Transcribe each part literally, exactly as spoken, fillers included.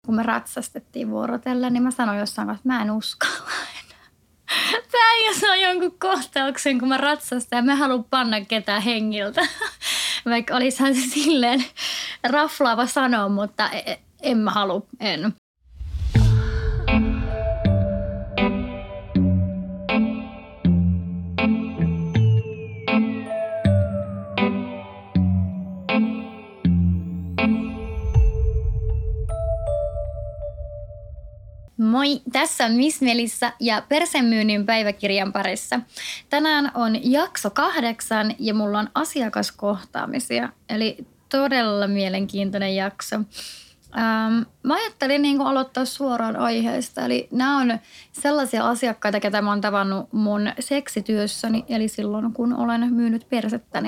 kun me ratsastettiin vuorotellen, niin mä sanoin jossain kanssa, että mä en uskalla enää. Tämä ei saa jonkun kohtauksen, kun mä ratsastan ja mä haluan panna ketään hengiltä. Vaikka olisihan se silleen raflaava sanoa, mutta en mä halua, en. Moi, tässä on Miss Melissa ja Persemyynnin päiväkirjan parissa. Tänään on jakso kahdeksan ja mulla on asiakaskohtaamisia, eli todella mielenkiintoinen jakso. Ähm, mä ajattelin niin kuin aloittaa suoraan aiheesta, eli nämä on sellaisia asiakkaita, ketä mä oon tavannut mun seksityössäni, eli silloin kun olen myynyt persettäni.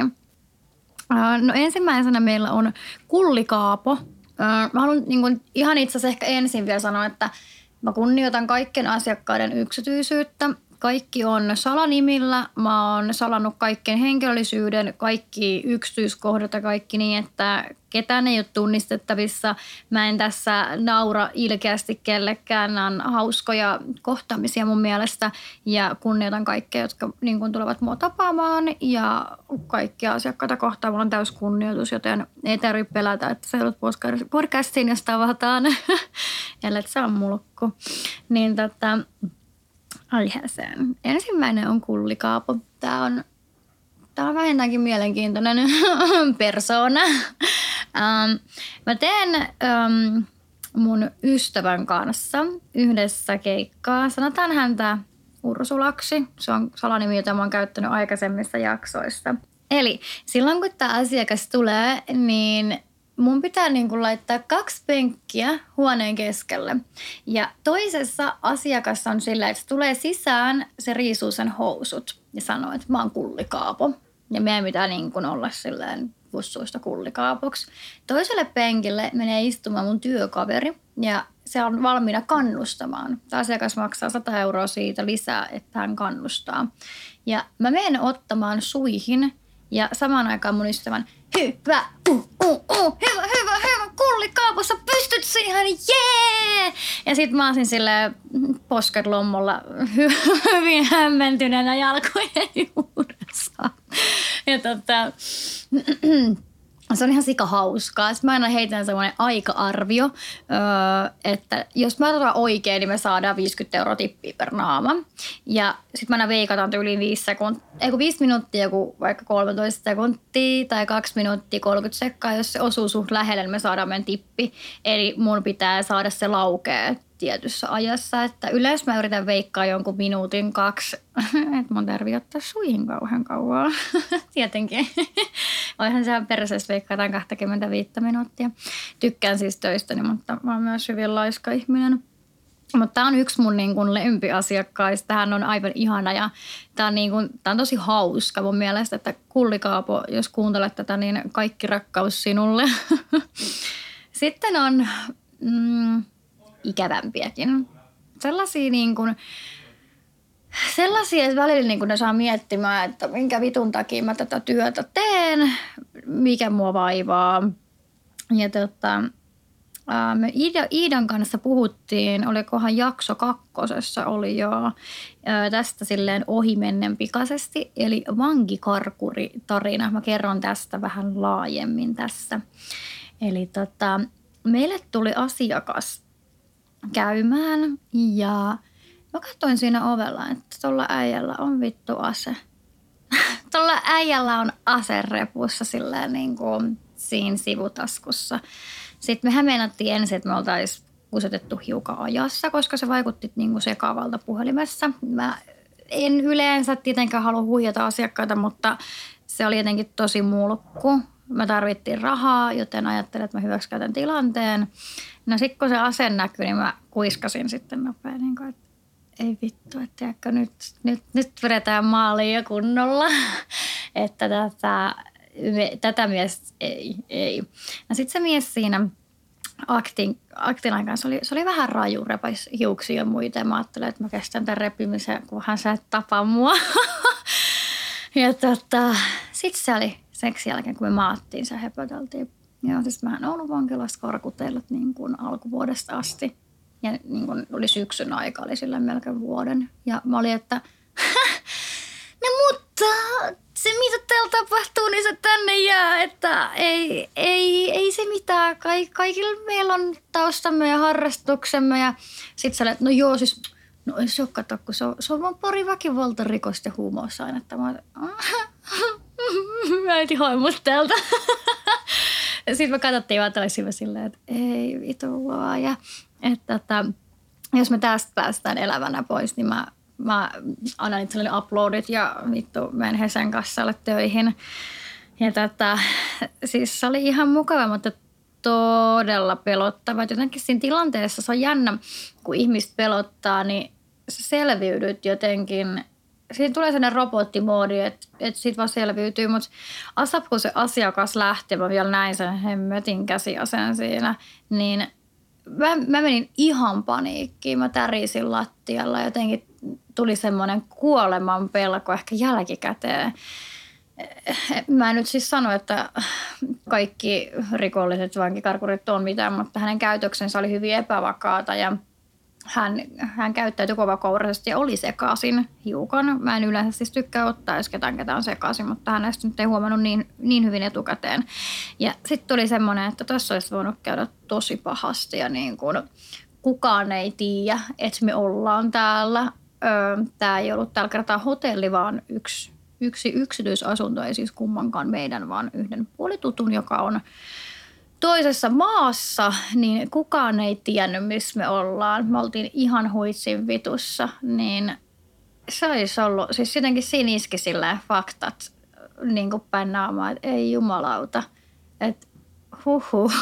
Äh, no ensimmäisenä meillä on Kulli Kaapo. Äh, mä haluan niin kuin ihan itse asiassa ehkä ensin vielä sanoa, että mä kunnioitan kaikkien asiakkaiden yksityisyyttä. Kaikki on salanimillä. Mä oon salannut kaikkien henkilöllisyyden, kaikki yksityiskohdat ja kaikki niin, että ketään ei ole tunnistettavissa. Mä en tässä naura ilkeästi kellekään. Nämä on hauskoja kohtaamisia mun mielestä ja kunnioitan kaikkia, jotka niin kun tulevat mua tapaamaan ja kaikkia asiakkaita kohtaan. Mulla on täys kunnioitus, joten ei tarvitse pelätä, että sä joudut podcastiin, jos tavataan. Ellei se on mulkku. Niin tota... aiheeseen. Ensimmäinen on Kulli Kaapo. Tämä on, tämä on vähintäänkin mielenkiintoinen persoona. Um, mä teen um, mun ystävän kanssa yhdessä keikkaa. Sanotaan häntä Ursulaksi. Se on salanimi, jota mä oon käyttänyt aikaisemmissa jaksoissa. Eli silloin kun tämä asiakas tulee, niin mun pitää niin kuin laittaa kaksi penkkiä huoneen keskelle. Ja toisessa asiakas on sillä, että se tulee sisään, se riisuu sen housut ja sanoo, että mä oon Kulli Kaapo. Ja meidän pitää niin kuin olla silleen pussuista Kulli Kaapoksi. Toiselle penkille menee istumaan mun työkaveri ja se on valmiina kannustamaan. Tämä asiakas maksaa sata euroa siitä lisää, että hän kannustaa. Ja mä menen ottamaan suihin ja samaan aikaan mun ystävän Hyvä, uh, uh, uh, hyvä, hyvä, hyvä, Kulli Kaapo, sä pystyt siihen, jee! Yeah! Ja sit mä olisin silleen posket lommolla hyvin hämmentyneenä jalkojen juuressa. Ja tota, se on ihan sika hauskaa. Sitten mä aina heitän semmoinen aika-arvio, että jos mä otan oikein, niin me saadaan viisikymmentä euroa tippiä per naama. Ja sitten mä aina veikataan tyyliin viisi sekuntia, ei kun viisi minuuttia, joku vaikka kolmetoista sekuntia tai kaksi minuuttia kolmekymmentä sekkaa. Jos se osuu suht lähelle, niin me saadaan meidän tippi. Eli mun pitää saada se laukea tietyssä ajassa. Että yleensä mä yritän veikkaa jonkun minuutin kaksi, että mun tarvii ottaa suihin kauhean kauan. Tietenkin. Oihan se perseessä veikkataan kaksikymmentäviisi minuuttia. Tykkään siis töistäni, mutta mä oon myös hyvin laiska ihminen. Mutta tää on yksi mun niin kun lempiasiakkaista. Tämähän on aivan ihana ja tää on, niin kun, tää on tosi hauska mun mielestä, että Kulli Kaapo, jos kuuntelet tätä, niin kaikki rakkaus sinulle. Sitten on mm, ikävämpiäkin. Sellaisia niin kun, sellaisia, että välillä niin kun ne saa miettimään, että minkä vitun takia mä tätä työtä teen, mikä mua vaivaa. Ja tota... Me Iidan kanssa puhuttiin, olikohan jakso kakkosessa oli jo tästä silleen ohimennen pikaisesti, eli vankikarkuri-tarina. Mä kerron tästä vähän laajemmin tässä. Eli tota, meille tuli asiakas käymään ja mä katsoin siinä ovella, että tuolla äijällä on vittu ase. Tuolla äijällä on ase repussa silleen niin kuin siinä sivutaskussa. Sitten mehän meinattiin ensin, että me oltaisiin kusetettu hiukan ajassa, koska se vaikutti niin kuin sekavalta puhelimessa. Mä en yleensä tietenkään halua huijata asiakkaita, mutta se oli jotenkin tosi mulkku. Me tarvittiin rahaa, joten ajattelin, että mä hyväksikäytän tilanteen. No sitten kun se ase näkyi, niin mä kuiskasin sitten nopein, niin kuin, että ei vittu, että tiedätkö, nyt, nyt, nyt vedetään maaliin jo kunnolla. että tätä... Tätä mies ei, ei. No sitten se mies siinä aktin, aktin aikaan, se oli, se oli vähän raju, repaisi hiuksia ja muita. Ja mä ajattelin, että mä kestän tämän repimisen, kunhan sä et tapa mua. ja tota, sitten se oli seksi jälkeen, kun me maattiin, se höpöteltiin. Ja siis mähän olen ollut vankilassa karkutellut niin kuin alkuvuodesta asti. Ja niin kuin oli syksyn aika, oli sillä melkein vuoden. Ja mä olin, että no mutta se mitä täällä tapahtuu, niin se tänne jää. Että ei, ei, ei se mitään. Kaik, kaikilla meillä on taustamme ja harrastuksemme. Ja sit sä olet, no joo siis, no ei se ole, kato, kun se on, se on vaan pari väkivaltarikosta ja huumausainetta. Mä oon, äiti haimut täältä. Sitten me katsottiin vaan tällaisia silleen, että ei vitu luoja. Että, että jos me tästä päästään elävänä pois, niin mä, mä annan itselleni uploadit ja vittu menen Hesen kassalle töihin. Ja tätä, siis se oli ihan mukava, mutta todella pelottava. Jotenkin siinä tilanteessa se on jännä, kun ihmiset pelottaa, niin sä selviydyt jotenkin. Siinä tulee sellainen robottimoodi, että, että siitä vaan selviytyy, mutta Asap, kun se asiakas lähti, mä vielä näin sen hemmetin käsiaseen siinä, niin mä, mä menin ihan paniikkiin. Mä tärisin lattialla ja jotenkin tuli semmoinen kuoleman pelko ehkä jälkikäteen. Mä en nyt siis sano, että kaikki rikolliset vankikarkurit on mitään, mutta hänen käytöksensä oli hyvin epävakaata ja Hän, hän käyttäytyi kovakouraisesti ja oli sekaisin hiukan. Mä en yleensä siis tykkää ottaa, jos ketään ketään on sekaisin, mutta hänestä nyt ei huomannut niin, niin hyvin etukäteen. Ja sitten tuli semmoinen, että tuossa olisi voinut käydä tosi pahasti ja niin kuin kukaan ei tiedä, että me ollaan täällä. Tämä ei ollut tällä kertaa hotelli, vaan yksi, yksi yksityisasunto, ei siis kummankaan meidän, vaan yhden puolitutun, joka on toisessa maassa, niin kukaan ei tiennyt, missä me ollaan. Me oltiin ihan huitsin vitussa, niin se olisi ollut, siis jotenkin siinä iski silleen faktat niin kuin päin naamaa, että ei jumalauta, että huhhuh.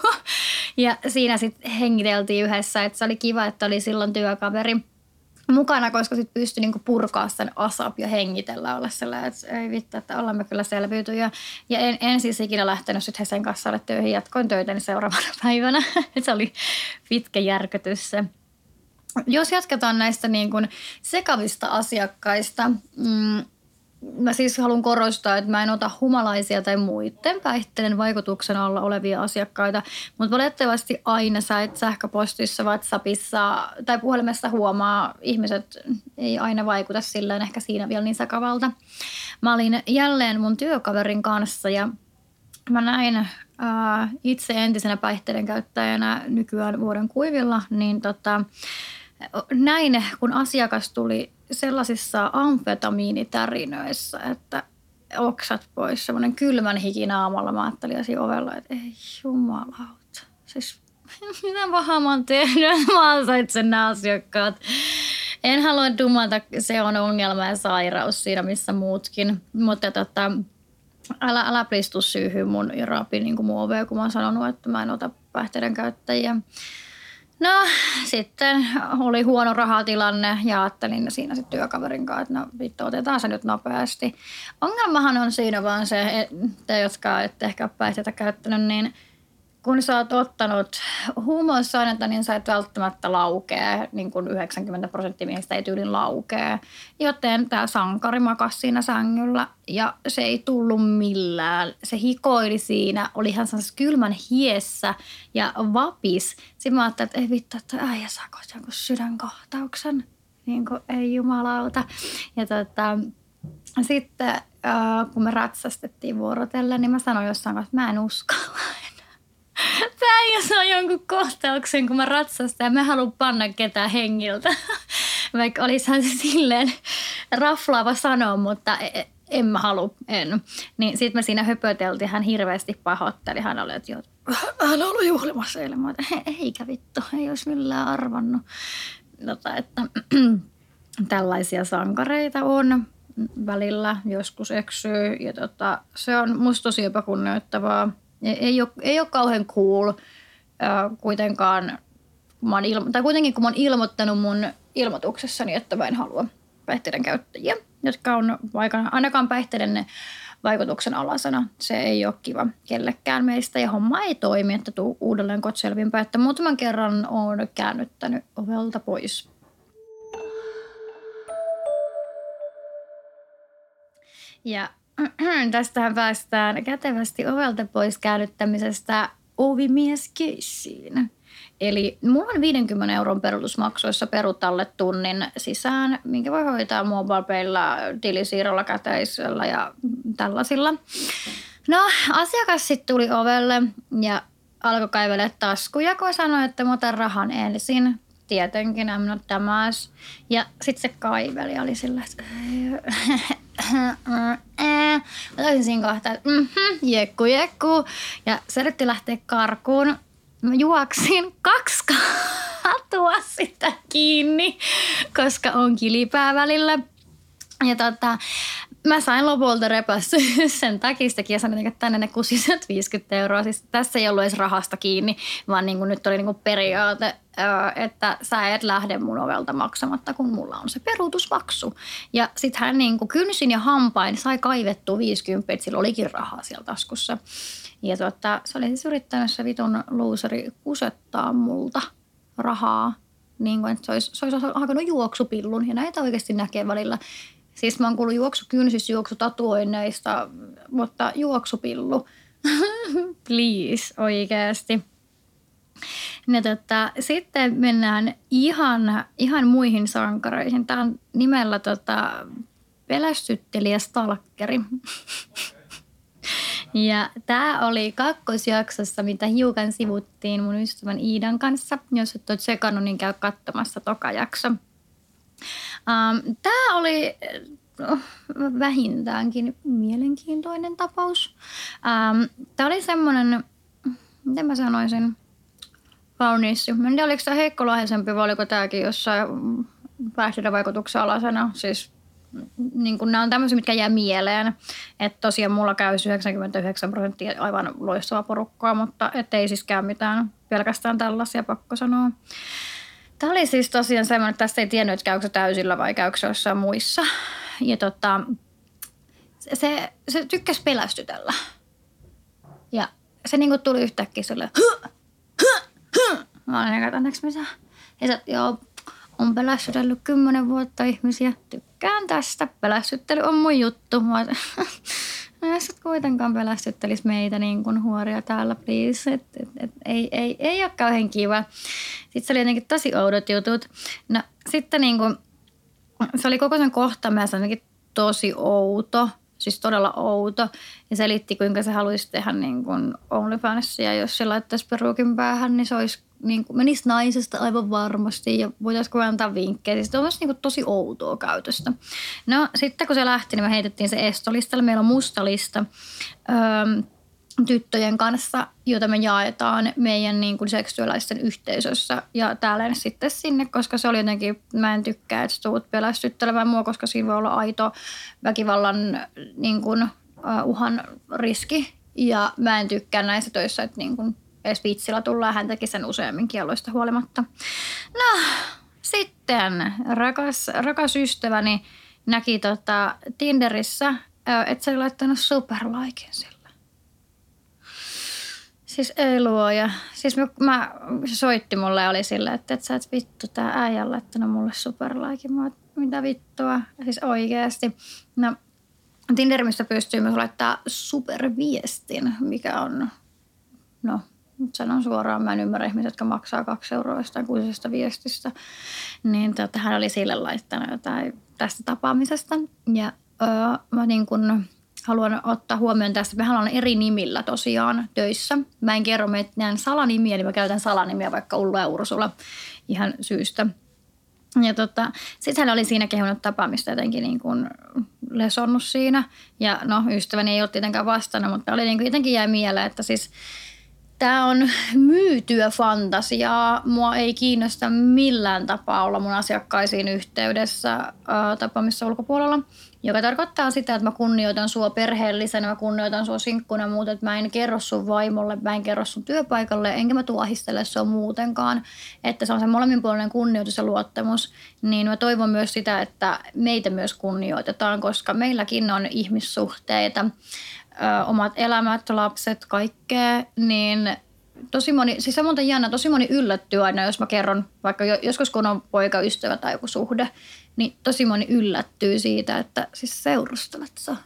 Ja siinä sitten hengiteltiin yhdessä, että se oli kiva, että oli silloin työkaveri mukana, koska sitten pystyi niinku purkaa sen Asap ja hengitellä, olla sellainen, että ei vittu, että ollaan me kyllä selviyty. Ja, ja en, en siis ikinä lähtenyt sitten Hesen kassalle töihin, jatkoin töitäni seuraavana päivänä. Se oli pitkä järkytys se. Jos jatketaan näistä niin kuin sekavista asiakkaista, mm, mä siis haluan korostaa, että mä en ota humalaisia tai muiden päihteiden vaikutuksen alla olevia asiakkaita, mutta valitettavasti aina sä et sähköpostissa, WhatsAppissa tai puhelimessa huomaa, ihmiset ei aina vaikuta silleen ehkä siinä vielä niin sekavalta. Mä olin jälleen mun työkaverin kanssa ja mä näin ää, itse entisenä päihteiden käyttäjänä nykyään vuoden kuivilla, niin tota, näin kun asiakas tuli sellaisissa amfetamiinitärinöissä, että oksat pois, semmoinen kylmän hiki naamalla. Mä ajattelin siinä ovella, että ei jumalauta. Siis mitä pahaa mä oon tehnyt? Mä ansaitsen nämä asiakkaat. En halua dumata, se on ongelma ja sairaus siinä missä muutkin. Mutta tota, älä, älä plistu syyhyyn mun ja rapi niin kuin muovea, kun mä oon sanonut, että mä en ota päihteiden käyttäjiä. No sitten oli huono rahatilanne ja ajattelin siinä sitten työkaverin kanssa, että no vittu otetaan se nyt nopeasti. Ongelmahan on siinä vaan se, että jotka ette ehkä ole päihteitä käyttänyt, niin kun sä oot ottanut huumausainetta, niin sä et välttämättä laukee, niin kuin yhdeksänkymmentä prosenttia miehistä ei tyylin laukee. Joten tämä sankari makasi siinä sängyllä ja se ei tullut millään. Se hikoili siinä, oli ihan sellaisessa kylmän hiessä ja vapis. Sitten mä ajattelin, että ei vittu, että äijä saako jonkun sydänkohtauksen. Niin kuin ei jumalauta. Ja tota, sitten äh, kun me ratsastettiin vuorotellen, niin mä sanoin jossain kanssa, että mä en uskalla. Tämä ei saa jonkun kohtauksen, kun mä ratsastan ja mä haluan panna ketään hengiltä. Vaikka olisihan se silleen raflaava sanoa, mutta en mä halua, en. Niin sit me siinä höpöteltiin, hän hirveästi pahoitteli. Hän oli, että hän on ollut juhlimassa eilen. Mä että eikä vittu, ei olisi millään arvannut. Tota, että tällaisia sankareita on välillä, joskus eksyy. Ja tota, se on musta tosi epäkunnioittavaa. Ei ole, ei ole kauhean cool äh, kuitenkaan, kun mä oon ilmo- tai kuitenkin kun mä oon ilmoittanut mun ilmoituksessani, että mä en halua päihteiden käyttäjiä, jotka on vaikka, ainakaan päihteiden vaikutuksen alasena. Se ei ole kiva kellekään meistä ja homma ei toimi, että tuu uudelleen kotselvinpäin, että muutaman kerran oon käännyttänyt ovelta pois. Ja Tästähän päästään kätevästi ovelta pois käännyttämisestä ovimieskeissiin. Eli mulla on viidenkymmenen euron peruutusmaksu, jossa perut alle tunnin sisään, minkä voi hoitaa MobilePaylla, tilisiirrolla, käteisellä ja tällaisilla. No, asiakas sitten tuli ovelle ja alkoi kaivelemaan taskuja, kun sanoi, että mä otan rahan ensin. Tietenkin, I'm not dumbass. Ja sitten se kaiveli ja oli sillä, että mä taisin siinä kohtaa, että mm-hmm, jekku, jekku. Ja se yritti lähteä karkuun. Mä juoksin kaksi katua sitä kiinni, koska on kilipää välillä. Ja tota, mä sain lopulta repässä sen takistakin ja sanoin, että tänne ne kusiset viisikymmentä euroa. Siis tässä ei ollut edes rahasta kiinni, vaan niin kuin nyt oli niin kuin periaate, että sä et lähde mun ovelta maksamatta, kun mulla on se peruutusmaksu. Ja sit hän niin kuin kynsin ja hampain sai kaivettua viisikymmentä, että sillä olikin rahaa siellä taskussa. Ja tota, se oli siis yrittänyt se vitun luuseri kusettaa multa rahaa, niin kuin, että se olisi, se olisi hakenut juoksupillun ja näitä oikeasti näkee välillä. Siis mä oon kuullut juoksukynsis, juoksutatuoinneista, mutta juoksupillu, please, oikeasti. Ja tota, sitten mennään ihan, ihan muihin sankareihin. Tämä on nimellä tota, pelästyttelijä stalkeri. Ja tämä oli kakkosjaksossa, mitä hiukan sivuttiin mun ystävän Iidan kanssa. Jos et ole tsekannut, niin käy katsomassa toka jakso. Um, tämä oli no, vähintäänkin mielenkiintoinen tapaus. Um, tämä oli semmoinen, miten mä sanoisin, kaunissi. Mä en tiedä, oliko tämä heikkolahjaisempi vai oliko tämäkin jossain päihdeiden vaikutuksen alasena. Siis niin nämä on tämmöisiä, mitkä jää mieleen. Että tosiaan mulla käy yhdeksänkymmentäyhdeksän prosenttia aivan loistavaa porukkaa, mutta ettei siis käy mitään pelkästään tällaisia, pakko sanoa. Tämä oli siis tosiaan semmoinen, että tästä ei tiennyt, että käykö se täysillä vai käykö se jossain muissa. Ja tota, se, se tykkäsi pelästytellä. Ja se niinku tuli yhtäkkiä silleen, huh, huh, huh. Mä olin että anteeksi mitä? Ja se, joo, on pelästytellyt kymmenen vuotta ihmisiä. Tykkään tästä. Pelästyttely on mun juttu. Mä olin, no jos et kuitenkaan pelästyttelisi meitä niin kuin huoria täällä, please. Et, et, et, ei, ei, ei ole kauhean kiva. Sitten se oli jotenkin tosi oudot jutut. No sitten niin kuin, se oli koko sen kohtaaminen jotenkin tosi outo. Siis todella outo. Ja selitti, kuinka se haluaisi tehdä niin kuin OnlyFansia. Jos se laittaisi peruukin päähän, niin se olisi, niin kuin, menisi naisesta aivan varmasti. Ja voitaisiin antaa vinkkejä. Siis se on myös niin kuin tosi outoa käytöstä. No sitten kun se lähti, niin me heitettiin se estolistalle. Meillä on musta lista öö, tyttöjen kanssa, jota me jaetaan meidän niin kuin seksuaalaisten yhteisössä. Ja täällä sitten sinne, koska se oli jotenkin, mä en tykkää, että tuut pelästyttelemään mua, koska siinä voi olla aito väkivallan niin kuin, uh, uhan riski. Ja mä en tykkää näissä töissä, että niin kuin edes vitsillä tullaan. Hän teki sen useammin kielloista huolimatta. No, sitten rakas, rakas ystäväni näki tota Tinderissä, että se oli laittanut superliken sille. Siis ei luoja. Siis mä, mä, se soitti mulle ja oli silleen, että et sä et vittu, tää äijä on laittanut mulle superlaikin. Mä oon, mitä vittua? Siis oikeesti. No, Tinderistä pystyy myös laittaa superviestin, mikä on, no sanon suoraan, mä en ymmärrä ihmisiä, jotka maksaa kaksi euroa jostain kuisesta viestistä. Niin tota, hän oli sille laittanut jotain tästä tapaamisesta. Ja öö, mä niin kun haluan ottaa huomioon tästä. Mehän ollaan eri nimillä tosiaan töissä. Mä en kerro meidän salanimiä, niin mä käytän salanimiä vaikka Ulla ja Ursula ihan syystä. Ja tota, sitten hän oli siinä kehunut tapaamista jotenkin niin kuin lesonnut siinä. Ja no, ystäväni ei ole tietenkään vastannut, mutta oli niin kuin jotenkin jäi mieleen, että siis tämä on myytyä fantasiaa. Mua ei kiinnosta millään tapaa olla mun asiakkaisiin yhteydessä ää, tapaamissa ulkopuolella. Joka tarkoittaa sitä, että mä kunnioitan sua perheellisenä, mä kunnioitan sua sinkkuna ja muuta, että mä en kerro sun vaimolle, mä en kerro sun työpaikalle, enkä mä tuahistele sua muutenkaan. Että se on se molemminpuolinen kunnioitus ja luottamus. Niin mä toivon myös sitä, että meitä myös kunnioitetaan, koska meilläkin on ihmissuhteita, ö, omat elämät, lapset, kaikkea, niin tosi moni, siis se on muuten jännä, tosi moni yllättyy aina, jos mä kerron, vaikka joskus kun on poikaystävä tai joku suhde, niin tosi moni yllättyy siitä, että siis seurustelet sä.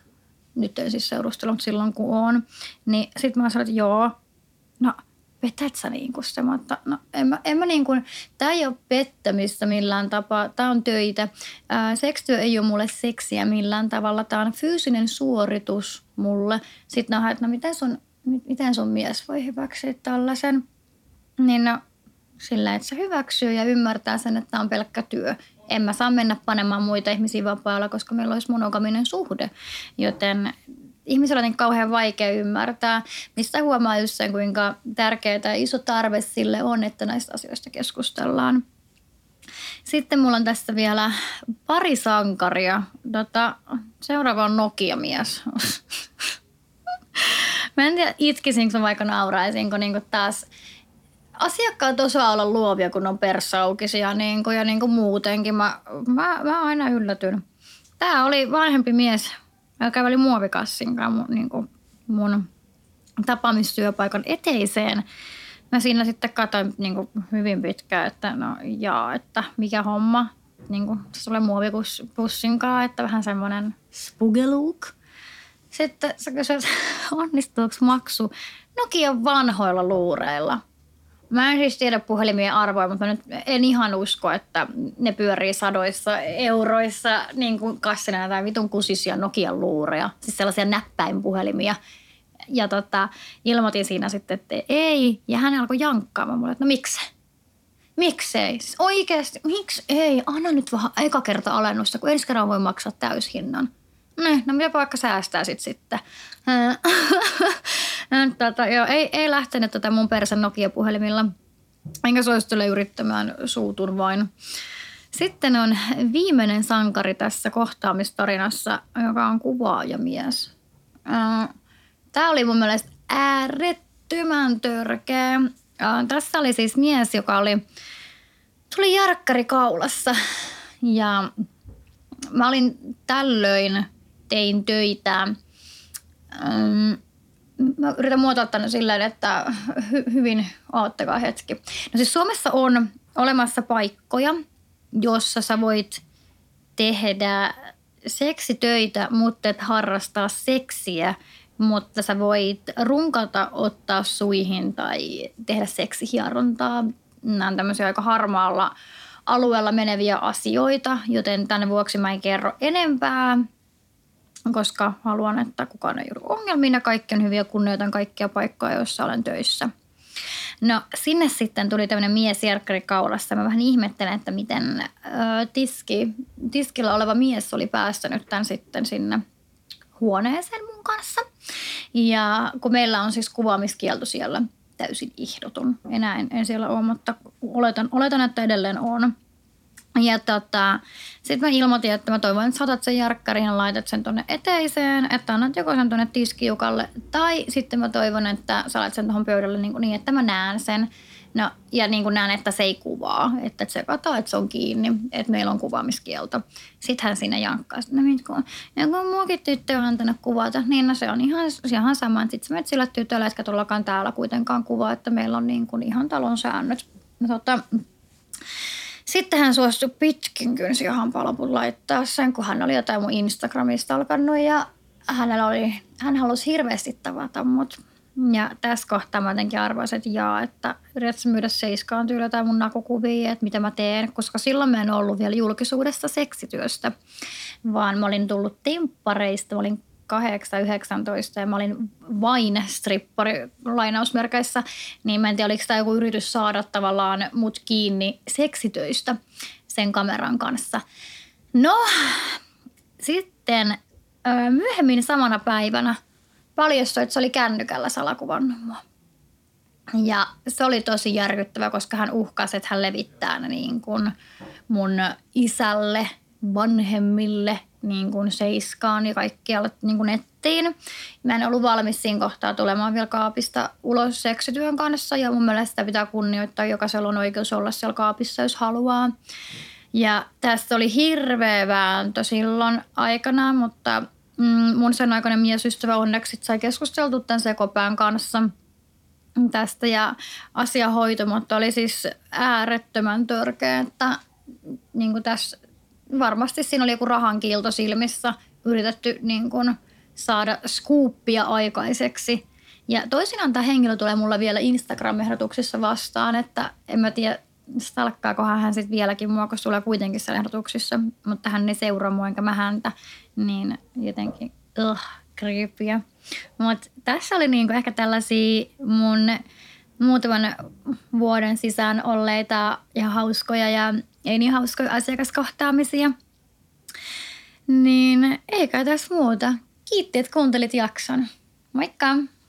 nyt en siis seurustella, mutta silloin kun on. Niin sit mä sanoin, että joo, no vetät sä niin kuin se? Mä otta, no en mä, en mä niin kuin, tää ei ole pettämistä millään tapaa, tää on töitä. Ää, seksityö ei ole mulle seksiä millään tavalla, tää on fyysinen suoritus mulle. Sitten mä että no miten sun, miten sun mies voi hyväksyä tällaisen? Niin no sillä, että se hyväksyy ja ymmärtää sen, että tää on pelkkä työ. En mä saa mennä panemaan muita ihmisiä vapaalla, koska meillä olisi monogaminen suhde, joten ihmisellä on kauhean vaikea ymmärtää, mistä huomaa just sen, kuinka tärkeää ja iso tarve sille on, että näistä asioista keskustellaan. Sitten mulla on tässä vielä pari sankaria. Tota, seuraava on Nokia-mies. Mä en tiedä, itkisinkö mä vaikka nauraisinko niin taas. Asiakkaat osaa olla luovia, kun on perssaukisia niin kuin, ja niin kuin muutenkin. Mä, mä, mä aina yllätyn. Tää oli vanhempi mies, joka käveli muovikassin kanssa niin kuin mun tapaamistyöpaikan eteiseen. Mä siinä sitten katsoin niin kuin hyvin pitkään, että no jaa, että mikä homma. Niin kuin se tulee muovipussin kanssa, että vähän semmoinen spugelook. Sitten sä kysyt, onnistuuko maksu Nokian vanhoilla luureilla. Mä en siis tiedä puhelimien arvoa, mutta mä nyt en ihan usko, että ne pyörii sadoissa euroissa niin kuin kassina tai vitun kusisia Nokian luureja. Siis sellaisia näppäinpuhelimia. Ja tota, ilmoitin siinä sitten, että ei. Ja hän alkoi jankkaamaan mulle, että no miksi? Miksei? Siis oikeasti, miksi ei? Anna nyt vähän eka kerta alennusta, kun ensi kerran voi maksaa täyshinnan. Ne, no mitä vaikka säästää sit sitten. Tota, joo, ei, ei lähtenyt tätä mun persen Nokia-puhelimilla. Enkä suosittele yrittämään suutun vain. Sitten on viimeinen sankari tässä kohtaamistarinassa, joka on kuvaajamies. Tämä oli mun mielestä äärettömän törkeä. Tässä oli siis mies, joka oli, tuli järkkäri kaulassa. Ja mä olin tällöin, tein töitä. Mä yritän muotoilla sillä että hy- hyvin, oottakaa hetki. No siis Suomessa on olemassa paikkoja, jossa sä voit tehdä seksitöitä, mutta et harrastaa seksiä, mutta sä voit runkata, ottaa suihin tai tehdä seksihierontaa. Nämä on tämmöisiä aika harmaalla alueella meneviä asioita, joten tänne vuoksi mä en kerro enempää, koska haluan, että kukaan ei joudu ongelmiin ja kaikki on hyviä, kunnioitan kaikkia paikkoja, joissa olen töissä. No sinne sitten tuli tämmöinen mies järkkäri kaulassa. Mä vähän ihmettelen, että miten ö, tiski, tiskillä oleva mies oli päästänyt tämän sitten sinne huoneeseen mun kanssa. Ja kun meillä on siis kuvaamiskielto siellä täysin ihdoton. Enää en, en siellä ole, mutta oletan, oletan, että edelleen on. Ja tota, sitten mä ilmoitin, että mä toivon, että saatat sen järkkärin ja laitat sen tonne eteiseen, että annat joko sen tonne tiskijukalle. Tai sitten mä toivon, että sä laitat sen tuohon pöydälle niin, niin, että mä näen sen. No, ja niin kuin näen, että se ei kuvaa, että se kataa, että se on kiinni, että meillä on kuvaamiskielto. Sitten hän siinä jankkaa, että no mitkä on, ja kun muakin tyttö on tänne kuvata, niin no se on ihan, ihan sama. Sitten sä menet sillä tytöllä, etkä tuollakaan täällä kuitenkaan kuvaa, että meillä on niin kuin ihan talon säännöt. No, tota, sitten hän suostui pitkin kynsi ja hampaalapun laittaa sen, kun hän oli jotain mun Instagramista alkanut ja hänellä oli, hän halusi hirveästi tavata mut. Ja tässä kohtaa mä jotenkin arvoisin, että jaa, että yritätkö myydä seiskaan tyyllä tai mun nakokuvia, että mitä mä teen. Koska silloin mä en ollut vielä julkisuudessa seksityöstä, vaan mä olin tullut timppareista, mä olin kahdeksan yhdeksäntoista ja mä olin vain strippari lainausmerkeissä. Niin mä en tiedä, oliko tämä joku yritys saada tavallaan mut kiinni seksitöistä sen kameran kanssa. No, sitten myöhemmin samana päivänä paljastui, että se oli kännykällä salakuvannut mua. Ja se oli tosi järkyttävä, koska hän uhkasi, että hän levittää ne niin kuin mun isälle, vanhemmille, niin kuin seiskaan ja kaikkialle niin kuin nettiin. Mä en ollut valmis siinä kohtaa tulemaan vielä kaapista ulos seksityön kanssa ja mun mielestä sitä pitää kunnioittaa. Jokaisella on oikeus olla siellä kaapissa, jos haluaa. Ja tässä oli hirveä vääntö silloin aikana, mutta mun sen aikainen miesystävä onneksi sai keskusteltu tämän sekopään kanssa tästä ja asiahoito, mutta oli siis äärettömän törkeä, että niin kuin tässä varmasti siinä oli joku rahankiilto silmissä, yritetty niin kuin saada skuuppia aikaiseksi. Ja toisinaan tämä henkilö tulee mulla vielä Instagram-ehdotuksissa vastaan, että en mä tiedä, stalkkaakohan hän sitten vieläkin mua, koska tulee kuitenkin siellä ehdotuksissa, mutta hän ei seuraa mua enkä mä häntä, niin jotenkin ugh, creepyä. Mutta tässä oli niinku ehkä tällaisia mun muutaman vuoden sisään olleita ja hauskoja ja ei niin hauskoja asiakaskohtaamisia. Niin eikä tässä muuta. Kiitti, että kuuntelit jakson. Moikka!